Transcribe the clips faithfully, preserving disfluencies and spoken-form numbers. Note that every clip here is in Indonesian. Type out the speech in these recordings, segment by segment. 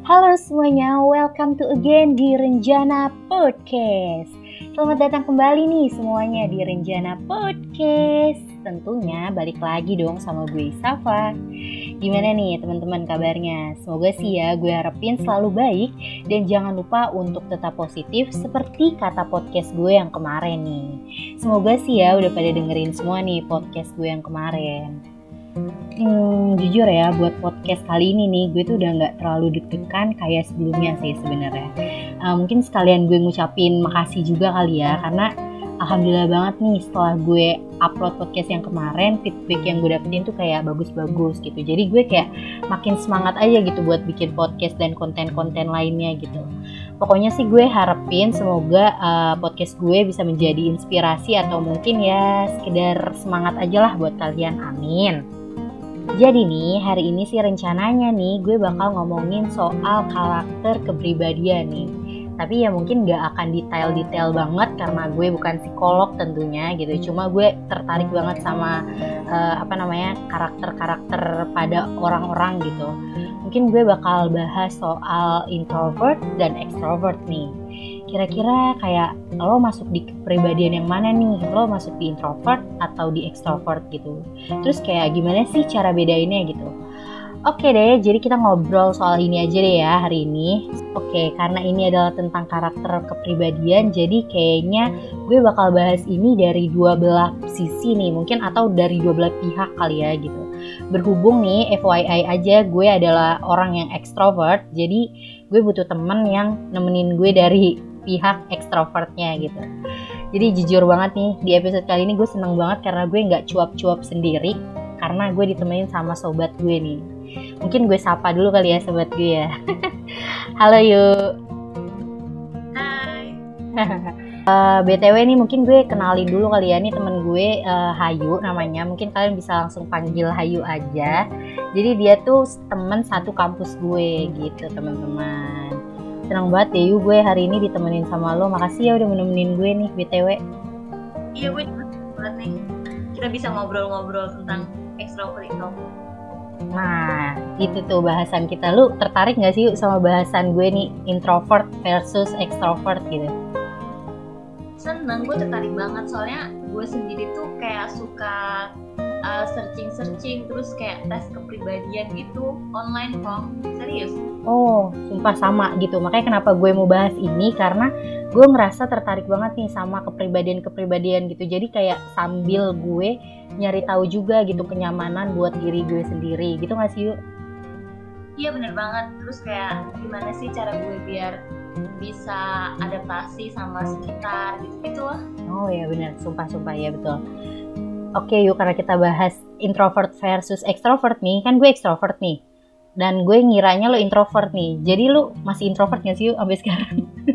Halo semuanya, welcome to again di Renjana Podcast. Selamat datang kembali nih semuanya di Renjana Podcast. Tentunya balik lagi dong sama gue Safa. Gimana nih teman-teman kabarnya? Semoga sih ya gue harapin selalu baik. Dan jangan lupa untuk tetap positif seperti kata podcast gue yang kemarin nih. Semoga sih ya udah pada dengerin semua nih podcast gue yang kemarin. Hmm, jujur ya buat podcast kali ini nih gue tuh udah gak terlalu deg-degan kayak sebelumnya sih sebenarnya. uh, Mungkin sekalian gue ngucapin makasih juga kali ya, karena alhamdulillah banget nih setelah gue upload podcast yang kemarin, feedback yang gue dapetin tuh kayak bagus-bagus gitu. Jadi gue kayak makin semangat aja gitu buat bikin podcast dan konten-konten lainnya gitu. Pokoknya sih gue harapin semoga uh, podcast gue bisa menjadi inspirasi atau mungkin ya sekedar semangat aja lah buat kalian, amin. Jadi nih, hari ini sih rencananya nih gue bakal ngomongin soal karakter kepribadian nih. Tapi ya mungkin gak akan detail-detail banget karena gue bukan psikolog tentunya gitu. Cuma gue tertarik banget sama uh, apa namanya karakter-karakter pada orang-orang gitu. Mungkin gue bakal bahas soal introvert dan extrovert nih. Kira-kira kayak lo masuk di kepribadian yang mana nih? Lo masuk di introvert atau di extrovert gitu? Terus kayak gimana sih cara bedainnya gitu? Oke deh, jadi kita ngobrol soal ini aja deh ya hari ini. Oke, karena ini adalah tentang karakter kepribadian, jadi kayaknya gue bakal bahas ini dari dua belah sisi nih, mungkin atau dari dua belah pihak kali ya gitu. Berhubung nih, F Y I aja, gue adalah orang yang extrovert, jadi gue butuh temen yang nemenin gue dari pihak extrovertnya gitu. Jadi jujur banget nih, di episode kali ini gue seneng banget karena gue gak cuap-cuap sendiri, karena gue ditemenin sama sobat gue nih. Mungkin gue sapa dulu kali ya sobat gue ya. Halo yuk. Hai. uh, B T W nih mungkin gue kenalin dulu kali ya. Nih temen gue uh, Hayu namanya. Mungkin kalian bisa langsung panggil Hayu aja. Jadi dia tuh temen satu kampus gue gitu teman-teman. Senang banget deh yuk gue hari ini ditemenin sama lo. Makasih ya udah menemenin gue nih B T W. Iya gue juga senang banget nih. Kita bisa ngobrol-ngobrol tentang extrovert introvert. Nah, itu tuh bahasan kita. Lu tertarik gak sih yuk sama bahasan gue nih, introvert versus extrovert gitu? Seneng, gue tertarik banget. Soalnya gue sendiri tuh kayak suka uh, searching-searching, terus kayak tes kepribadian gitu online kok. Serius? Oh, sumpah sama gitu. Makanya kenapa gue mau bahas ini, karena gue ngerasa tertarik banget nih sama kepribadian-kepribadian gitu. Jadi kayak sambil gue nyari tahu juga gitu kenyamanan buat diri gue sendiri gitu nggak sih yuk? Iya bener banget. Terus kayak gimana sih cara gue biar bisa adaptasi sama sekitar gitu-gitu lah. Oh ya bener, sumpah-sumpah ya betul. Oke yuk, karena kita bahas introvert versus extrovert nih, kan gue extrovert nih dan gue ngiranya lo introvert nih. Jadi lo masih introvert nggak sih yuk sampai sekarang?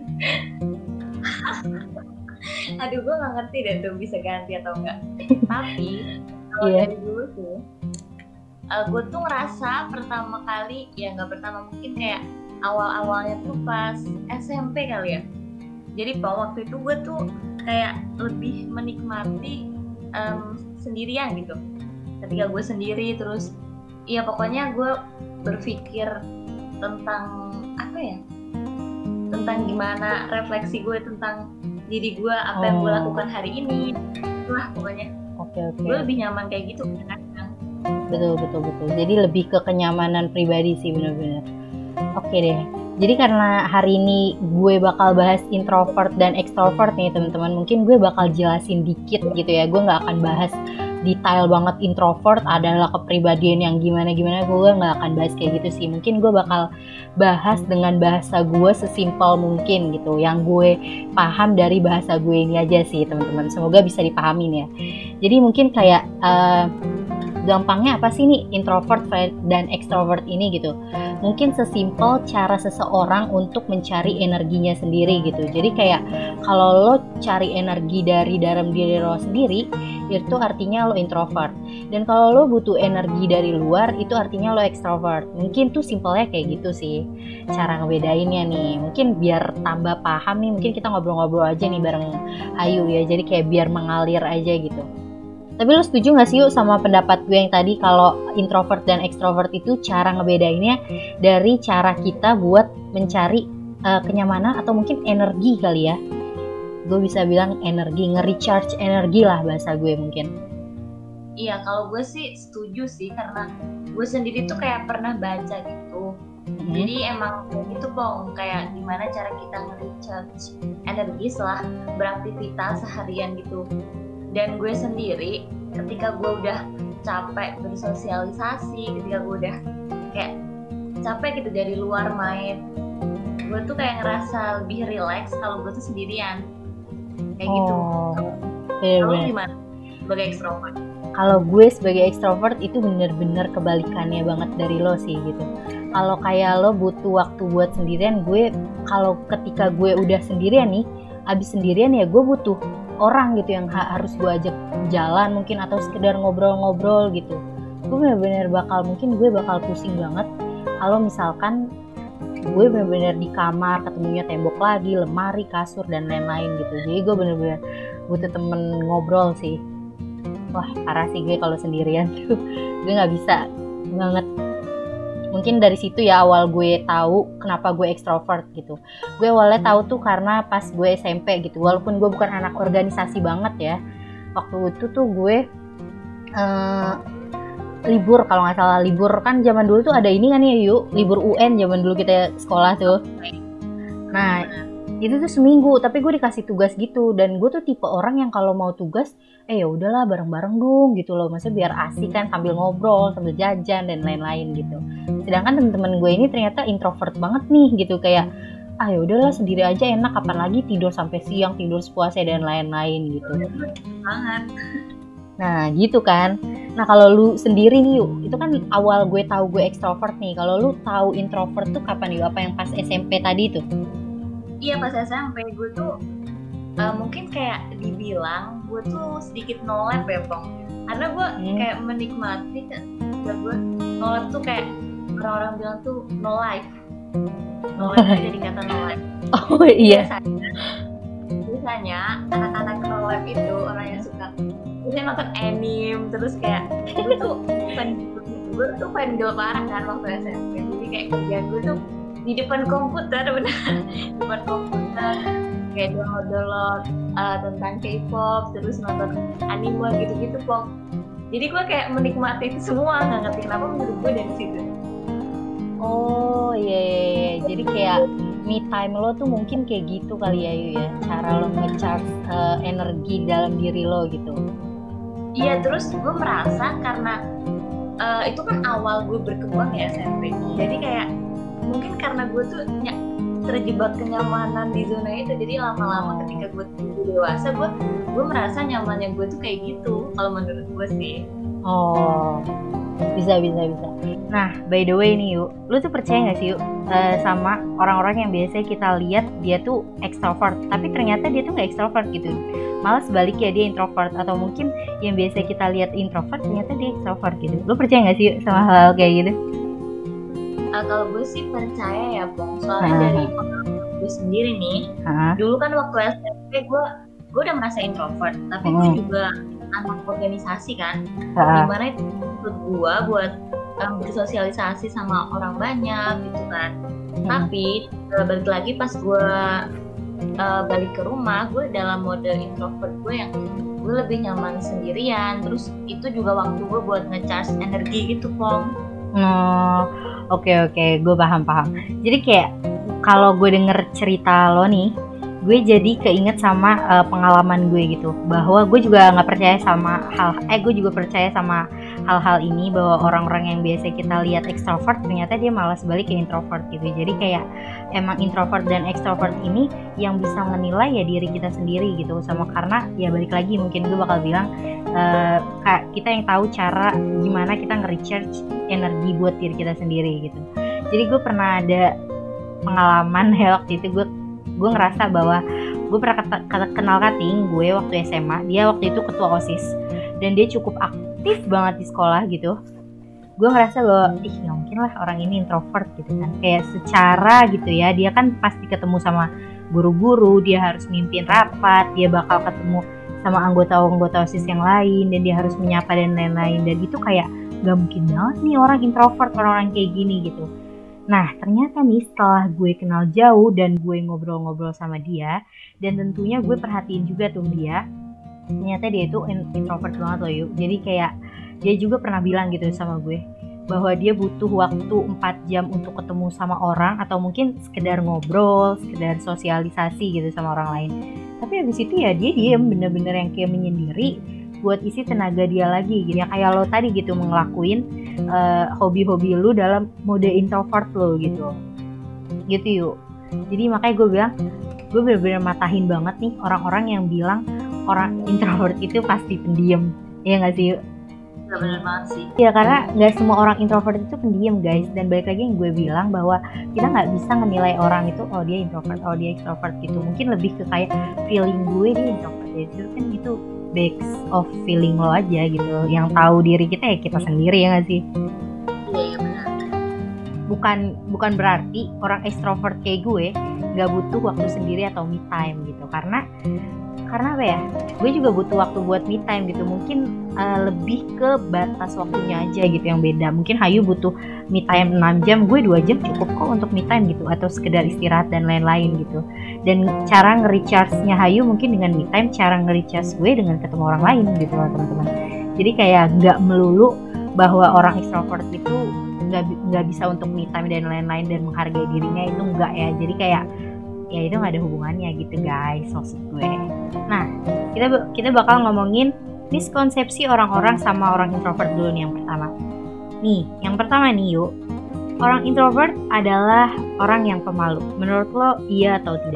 Aduh gue gak ngerti deh tuh bisa ganti atau enggak. Tapi kalau yeah. dari dulu tuh uh, gue tuh ngerasa pertama kali, ya gak pertama, mungkin kayak awal-awalnya tuh pas S M P kali ya. Jadi pada waktu itu gue tuh kayak lebih menikmati um, sendirian gitu. Ketika gue sendiri terus ya pokoknya gue berpikir tentang apa ya, tentang gimana refleksi gue tentang diri gue, apa oh. yang gue lakukan hari ini. Itulah pokoknya. Oke okay, oke. Okay. Gue lebih nyaman kayak gitu kan. Betul betul betul. Jadi lebih ke kenyamanan pribadi sih benar-benar. Oke deh. Jadi karena hari ini gue bakal bahas introvert dan extrovert nih teman-teman. Mungkin gue bakal jelasin dikit gitu ya. Gue nggak akan bahas detail banget introvert adalah kepribadian yang gimana-gimana. Gue nggak akan bahas kayak gitu sih. Mungkin gue bakal bahas dengan bahasa gue sesimpel mungkin gitu. Yang gue paham dari bahasa gue ini aja sih teman-teman. Semoga bisa dipahamin ya. Jadi mungkin kayak uh, gampangnya apa sih nih introvert dan extrovert ini gitu. Mungkin sesimpel cara seseorang untuk mencari energinya sendiri gitu. Jadi kayak kalau lo cari energi dari dalam diri lo sendiri, itu artinya lo introvert. Dan kalau lo butuh energi dari luar, itu artinya lo extrovert. Mungkin tuh simpelnya kayak gitu sih cara ngebedainnya nih. Mungkin biar tambah paham nih, mungkin kita ngobrol-ngobrol aja nih bareng Ayu ya. Jadi kayak biar mengalir aja gitu. Tapi lu setuju gak sih yuk sama pendapat gue yang tadi kalau introvert dan extrovert itu cara ngebedainnya dari cara kita buat mencari uh, kenyamanan atau mungkin energi kali ya. Gue bisa bilang energi, nge-recharge energi lah bahasa gue mungkin. Iya, kalau gue sih setuju sih, karena gue sendiri tuh kayak pernah baca gitu. Hmm. Jadi emang itu Pong, kayak gimana cara kita nge-recharge energi setelah beraktivitas seharian gitu. Dan gue sendiri ketika gue udah capek bersosialisasi, ketika gue udah kayak capek gitu dari luar main, gue tuh kayak ngerasa lebih relax kalau gue tuh sendirian kayak oh, gitu. Kalau gimana sebagai ekstrovert? Kalau gue sebagai ekstrovert itu bener-bener kebalikannya banget dari lo sih gitu. Kalau kayak lo butuh waktu buat sendirian, gue kalau ketika gue udah sendirian nih, abis sendirian ya gue butuh orang gitu yang ha- harus gue ajak jalan mungkin atau sekedar ngobrol-ngobrol gitu. Gue bener-bener bakal, mungkin gue bakal pusing banget kalau misalkan gue bener-bener di kamar ketemunya tembok lagi, lemari, kasur dan lain-lain gitu. Jadi gue bener-bener butuh temen ngobrol sih. Wah parah sih gue kalau sendirian tuh, gue nggak bisa banget. Mungkin dari situ ya awal gue tahu kenapa gue ekstrovert gitu. Gue awalnya tahu tuh karena pas gue S M P gitu, walaupun gue bukan anak organisasi banget ya. Waktu itu tuh gue uh, libur, kalau nggak salah libur kan zaman dulu tuh ada ini kan ya yuk, libur U N zaman dulu kita sekolah tuh. Nah itu tuh seminggu, tapi gue dikasih tugas gitu, dan gue tuh tipe orang yang kalau mau tugas eh ya udahlah bareng-bareng dong gitu loh, maksudnya biar asik kan sambil ngobrol sambil jajan dan lain-lain gitu. Sedangkan temen-temen gue ini ternyata introvert banget nih gitu, kayak ah ya udahlah sendiri aja enak, kapan lagi tidur sampai siang, tidur sepuasnya dan lain-lain gitu. Banget. Nah gitu kan. Nah kalau lu sendiri nih yuk, itu kan awal gue tahu gue ekstrovert nih. Kalau lu tahu introvert tuh kapan yuk? Apa yang pas S M P tadi tuh? Iya pas S M P gue tuh uh, mungkin kayak dibilang gue tuh sedikit no life ya Pong, karena gue hmm. kayak menikmati kan, gue no life tuh kayak orang-orang bilang tuh no life, no life jadi kata no life. Oh iya. Biasanya, biasanya anak-anak no life itu orang yang suka biasanya nonton anime terus kayak gue tuh fan gue tuh fan girl parah kan waktu S M P, jadi kayak kerjaan gue tuh di depan komputer, benar depan komputer kayak download-download uh, tentang K-pop, terus nonton anime gitu-gitu Pong. Jadi gue kayak menikmati itu semua, nggak ngerti kenapa menurut gue dari situ. Oh iya, iya, iya. Jadi kayak me time lo tuh mungkin kayak gitu kali ya Yu ya, cara lo nge-charge uh, energi dalam diri lo gitu. Iya, terus gue merasa karena uh, itu kan awal gue berkembang ya S M P, jadi kayak mungkin karena gue tuh ny- terjebak kenyamanan di zona itu, jadi lama-lama ketika gue dewasa gue gue merasa nyamannya gue tuh kayak gitu kalau menurut gue sih. Oh bisa bisa bisa. Nah by the way nih yuk, lu tuh percaya nggak sih yuk uh, sama orang-orang yang biasanya kita lihat dia tuh extrovert tapi ternyata dia tuh nggak extrovert gitu, malah sebaliknya dia introvert, atau mungkin yang biasa kita lihat introvert ternyata dia extrovert gitu. Lu percaya nggak sih yuk sama hal kayak gitu? Uh, kalau gue sih percaya ya Pong, soalnya ha. dari pengalaman gue sendiri nih, ha. dulu kan waktu S M P gue gue udah merasa introvert, tapi hmm. gue juga anak organisasi kan, ha. dimana itu menurut gue buat um, bersosialisasi sama orang banyak gitu kan. Hmm. Tapi uh, balik lagi pas gue uh, balik ke rumah, gue dalam mode introvert gue yang gue lebih nyaman sendirian. Terus itu juga waktu gue buat nge-charge energi gitu Pong. Oh, oke okay, oke, okay. Gue paham paham. Jadi kayak kalau gue denger cerita lo nih, gue jadi keinget sama uh, pengalaman gue gitu, bahwa gue juga nggak percaya sama hal, eh gue juga percaya sama hal-hal ini, bahwa orang-orang yang biasa kita lihat extrovert ternyata dia malah sebalik ke introvert gitu. Jadi kayak emang introvert dan extrovert ini yang bisa menilai ya diri kita sendiri gitu, sama karena ya balik lagi mungkin gue bakal bilang uh, kita yang tahu cara gimana kita nge-recharge energi buat diri kita sendiri gitu. Jadi gue pernah ada pengalaman ya waktu itu, gue gue ngerasa bahwa gue pernah ket- ket- kenal kating gue waktu S M A. Dia waktu itu ketua OSIS dan dia cukup aktif banget di sekolah gitu. Gue ngerasa bahwa ih nggak mungkin lah orang ini introvert gitu kan, kayak secara gitu ya, dia kan pasti ketemu sama guru-guru, dia harus mimpin rapat, dia bakal ketemu sama anggota-anggota OSIS yang lain, dan dia harus menyapa dan lain-lain, dan itu kayak gak mungkin banget nih orang introvert, orang-orang kayak gini gitu. Nah ternyata nih setelah gue kenal jauh dan gue ngobrol-ngobrol sama dia, dan tentunya gue perhatiin juga tuh dia, ternyata dia itu introvert banget loh yuk. Jadi kayak dia juga pernah bilang gitu sama gue bahwa dia butuh waktu empat jam untuk ketemu sama orang, atau mungkin sekedar ngobrol, sekedar sosialisasi gitu sama orang lain. Tapi habis itu ya dia diem, bener-bener yang kayak menyendiri buat isi tenaga dia lagi gitu. Ya kayak lo tadi gitu, ngelakuin uh, hobi-hobi lu dalam mode introvert lo gitu. Gitu yuk. Jadi makanya gue bilang, gue bener-bener matahin banget nih orang-orang yang bilang orang introvert itu pasti pendiam. Iya gak sih yuk? Gak bener banget sih. Ya karena nggak semua orang introvert itu pendiam guys. Dan balik lagi yang gue bilang bahwa kita nggak bisa menilai orang itu oh dia introvert, oh dia extrovert gitu. Mungkin lebih ke kayak feeling gue dia introvert ya. Itu kan itu base of feeling lo aja gitu. Yang tahu diri kita ya kita sendiri, ya nggak sih? Iya iya benar. Bukan bukan berarti orang extrovert kayak gue nggak butuh waktu sendiri atau me time gitu. Karena karena apa ya, gue juga butuh waktu buat me time gitu. Mungkin uh, lebih ke batas waktunya aja gitu yang beda. Mungkin Hayu butuh me time enam jam, gue dua jam cukup kok untuk me time gitu, atau sekedar istirahat dan lain-lain gitu. Dan cara nge-recharge-nya Hayu mungkin dengan me time, cara nge-recharge gue dengan ketemu orang lain gitu loh teman-teman. Jadi kayak gak melulu bahwa orang extrovert itu gak, gak bisa untuk me time dan lain-lain dan menghargai dirinya, itu enggak ya. Jadi kayak ya itu gak ada hubungannya gitu guys, maksud gue. Nah kita kita bakal ngomongin miskonsepsi orang-orang sama orang introvert dulu nih yang pertama. Nih yang pertama nih yuk, orang introvert adalah orang yang pemalu. Menurut lo iya atau tidak?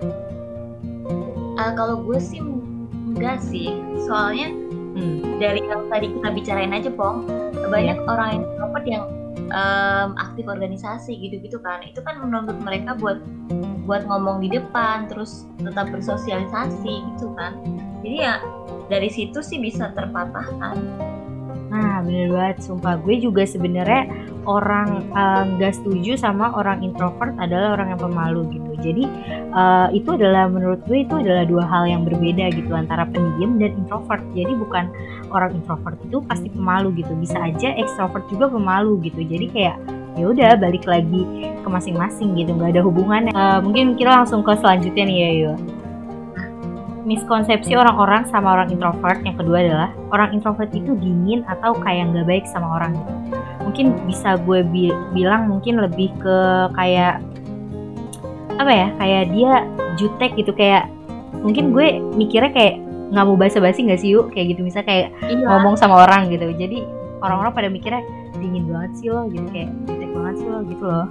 Uh, kalau gue sih enggak sih, soalnya hmm. dari yang tadi kita bicarain aja Pong, banyak yeah. orang introvert yang um, aktif organisasi gitu-gitu kan. Itu kan menuntut mereka buat buat ngomong di depan, terus tetap bersosialisasi gitu kan. Jadi ya dari situ sih bisa terpatahkan. Nah bener banget, sumpah gue juga sebenarnya orang nggak uh, setuju sama orang introvert adalah orang yang pemalu gitu. Jadi uh, itu adalah menurut gue itu adalah dua hal yang berbeda gitu, antara pendiam dan introvert. Jadi bukan orang introvert itu pasti pemalu gitu, bisa aja extrovert juga pemalu gitu. Jadi kayak ya udah balik lagi ke masing-masing gitu, nggak ada hubungannya. Uh, mungkin kita langsung ke selanjutnya nih ya yuk. Miskonsepsi orang-orang sama orang introvert yang kedua adalah orang introvert itu dingin atau kayak nggak baik sama orang gitu. Mungkin bisa gue bi- bilang mungkin lebih ke kayak apa ya, kayak dia jutek gitu, kayak mungkin gue mikirnya kayak nggak mau basa-basi nggak sih yuk, kayak gitu misalnya kayak iya. ngomong sama orang gitu. Jadi orang-orang pada mikirnya dingin banget sih lo gitu, kayak jutek banget sih lo gitu loh.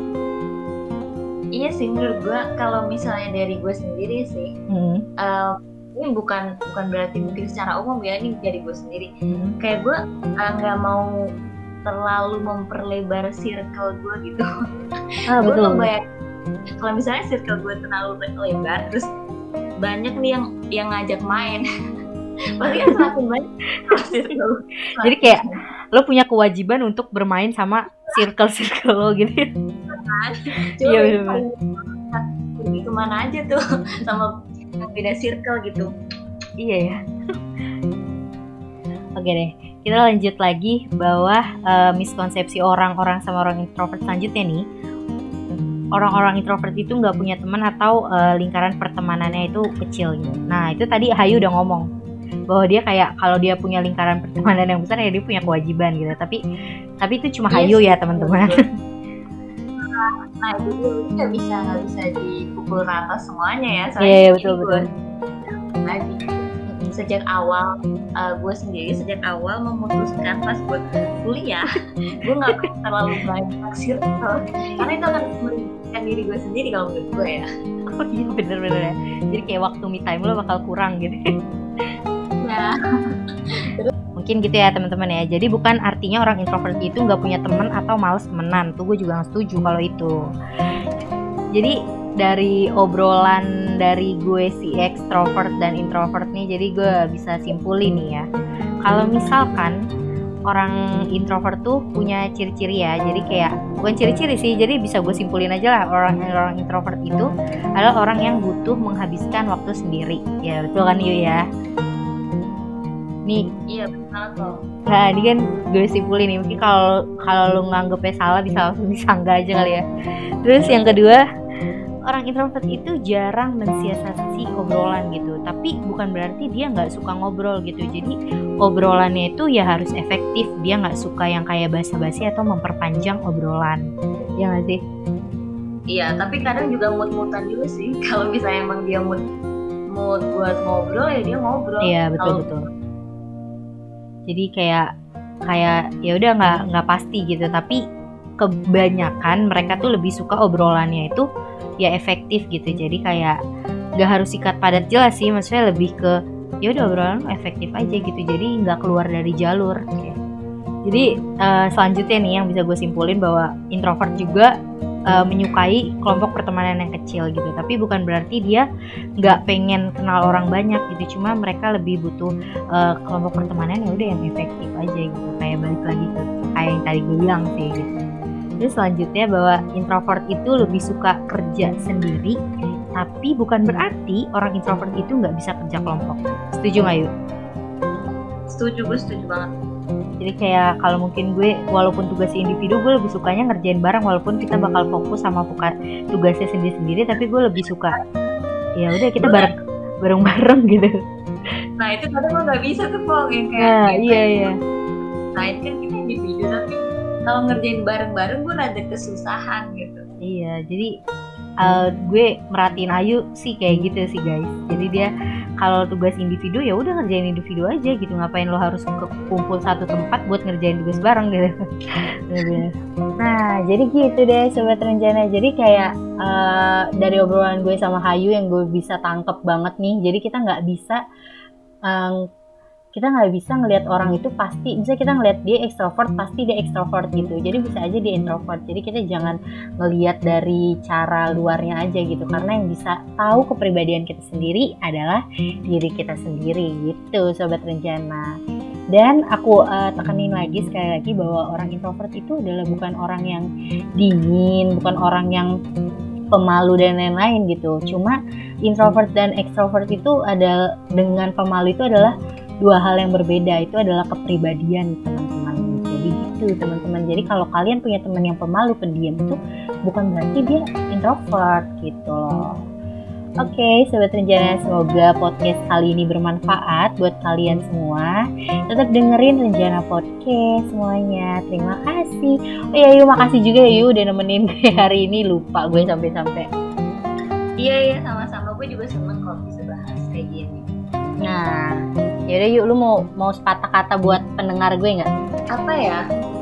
Iya sih menurut gue, kalau misalnya dari gue sendiri sih, hmm. uh, ini bukan bukan berarti mungkin secara umum ya, ini dari gue sendiri. Hmm. Kayak gue nggak uh, mau terlalu memperlebar circle gue gitu. Ah, gue ngebayang kalau misalnya circle gue terlalu lebar, terus banyak nih yang yang ngajak main, pasti kan semakin banyak circle. Jadi kayak lo punya kewajiban untuk bermain sama circle-circle lo gitu. Iya benar-benar. Pergi kemana aja tuh sama yang beda circle gitu. Iya ya. Oke deh, kita lanjut lagi bahwa uh, miskonsepsi orang-orang sama orang introvert selanjutnya nih. Orang-orang introvert itu nggak punya teman atau uh, lingkaran pertemanannya itu kecil gitu. Nah itu tadi Hayu udah ngomong bahwa dia kayak kalau dia punya lingkaran pertemanan yang besar ya dia punya kewajiban gitu. Tapi tapi itu cuma yes, Hayu ya teman-teman. Nah itu nggak bisa nggak bisa dipukul rata semuanya ya. Iya yeah, betul betul. Lagi sejak awal uh, gue sendiri sejak awal memutuskan pas gue kuliah gue nggak terlalu banyak circle karena itu akan merugikan diri gue sendiri kalau menurut gue ya. Oh iya bener-bener ya. Jadi kayak waktu me time lo bakal kurang gitu. Ya. Mungkin gitu ya teman-teman ya. Jadi bukan artinya orang introvert itu nggak punya teman atau malas temenan. Tuh gue juga nggak setuju kalau itu. Jadi dari obrolan dari gue si extrovert dan introvert nih, jadi gue bisa simpulin nih ya. Kalau misalkan orang introvert tuh punya ciri-ciri ya. Jadi kayak bukan ciri-ciri sih, jadi bisa gue simpulin aja lah, orang orang introvert itu adalah orang yang butuh menghabiskan waktu sendiri. Ya betul kan Yu ya? Nih, iya benar kok. nah ini kan gue simpulin nih, mungkin kalau kalau lu nganggepnya salah bisa langsung disanggah aja kali ya. Terus yang kedua, orang introvert itu jarang mensiasati obrolan gitu, tapi bukan berarti dia nggak suka ngobrol gitu. Jadi obrolannya itu ya harus efektif, dia nggak suka yang kayak basa-basi atau memperpanjang obrolan, ya nggak sih? Iya, tapi kadang juga mood-moodan juga sih. Kalau misalnya emang dia mood mood buat ngobrol ya dia ngobrol. Iya betul Kalau- betul. Jadi kayak kayak ya udah nggak nggak pasti gitu, tapi kebanyakan mereka tuh lebih suka obrolannya itu ya efektif gitu. Jadi kayak nggak harus sikat padat jelas sih, maksudnya lebih ke ya udah obrolan efektif aja gitu. Jadi nggak keluar dari jalur. Jadi uh, selanjutnya nih yang bisa gue simpulin bahwa introvert juga uh, menyukai kelompok pertemanan yang kecil gitu. Tapi bukan berarti dia nggak pengen kenal orang banyak gitu. Cuma mereka lebih butuh uh, kelompok pertemanan ya udah yang efektif aja gitu. Kayak balik lagi ke kayak yang tadi gue bilang sih gitu. Terus selanjutnya bahwa introvert itu lebih suka kerja sendiri, tapi bukan berarti orang introvert itu nggak bisa kerja kelompok. Setuju nggak Yu? Setuju, gue setuju banget. Jadi kayak kalau mungkin gue walaupun tugasnya individu, gue lebih sukanya ngerjain bareng walaupun kita bakal fokus sama buka tugasnya sendiri-sendiri, tapi gue lebih suka ya udah kita bareng bareng-bareng gitu. Nah itu kadang gue nggak bisa tuh Pong, yang kayak Nah, gitu. iya iya. Nah itu kan kita individu, tapi kalau ngerjain bareng-bareng gue rada kesusahan gitu. Iya, jadi uh, gue merhatiin Ayu sih kayak gitu sih guys. Jadi dia kalau tugas individu ya udah ngerjain individu aja gitu. Ngapain lo harus kumpul satu tempat buat ngerjain tugas bareng gitu. Nah, jadi gitu deh Sobat Rencana. Jadi kayak uh, dari obrolan gue sama Hayu yang gue bisa tangkep banget nih. Jadi kita nggak bisa um, kita nggak bisa ngelihat orang itu pasti, misalnya kita ngelihat dia ekstrovert pasti dia ekstrovert gitu, jadi bisa aja dia introvert. Jadi kita jangan ngelihat dari cara luarnya aja gitu, karena yang bisa tahu kepribadian kita sendiri adalah diri kita sendiri gitu Sobat Rencana. Dan aku uh, tekenin lagi sekali lagi bahwa orang introvert itu adalah bukan orang yang dingin, bukan orang yang pemalu dan lain-lain gitu. Cuma introvert dan ekstrovert itu adalah, dengan pemalu itu adalah dua hal yang berbeda. Itu adalah kepribadian teman-teman. Jadi gitu teman-teman. Jadi kalau kalian punya teman yang pemalu, pendiam, itu bukan berarti dia introvert gitu loh. Oke okay, Sobat Rencana, semoga podcast kali ini bermanfaat buat kalian semua. Tetap dengerin Rencana Podcast semuanya. Terima kasih. Oh iya Yu, makasih juga Yu udah nemenin gue hari ini. Lupa gue sampai-sampai. Iya iya sama-sama, gue juga seneng kok bisa bahas kayak gini. Nah, yaudah yuk, lu mau mau sepatah kata buat pendengar gue nggak? Apa ya?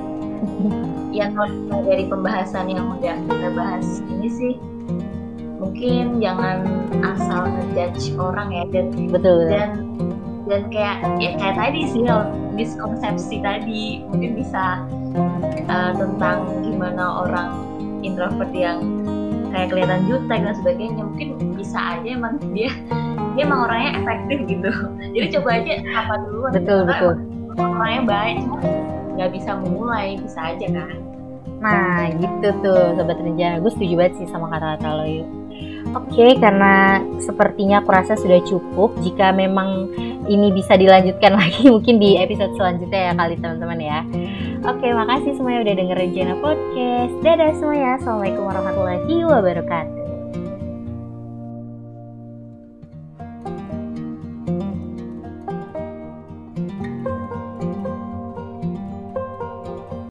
Yang dari pembahasan yang udah kita bahas ini sih, mungkin jangan asal ngejudge orang ya, dan Betul. dan dan kayak ya kayak tadi sih, miskonsepsi tadi mungkin bisa uh, tentang gimana orang introvert yang kayak kelihatan jutek dan sebagainya, mungkin bisa aja emang dia dia emang orangnya efektif gitu. Jadi coba aja apa dulu. Betul betul. Orangnya baik, cuma nggak bisa memulai, bisa aja kan. Nah gitu tuh Sobat Rencana, gue setuju banget sih sama kata-kata lo yuk. Oke, karena sepertinya aku rasa sudah cukup. Jika memang ini bisa dilanjutkan lagi mungkin di episode selanjutnya ya kali teman-teman ya. Oke, makasih semuanya udah denger Rencana Podcast. Dadah semuanya, assalamualaikum warahmatullahi wabarakatuh.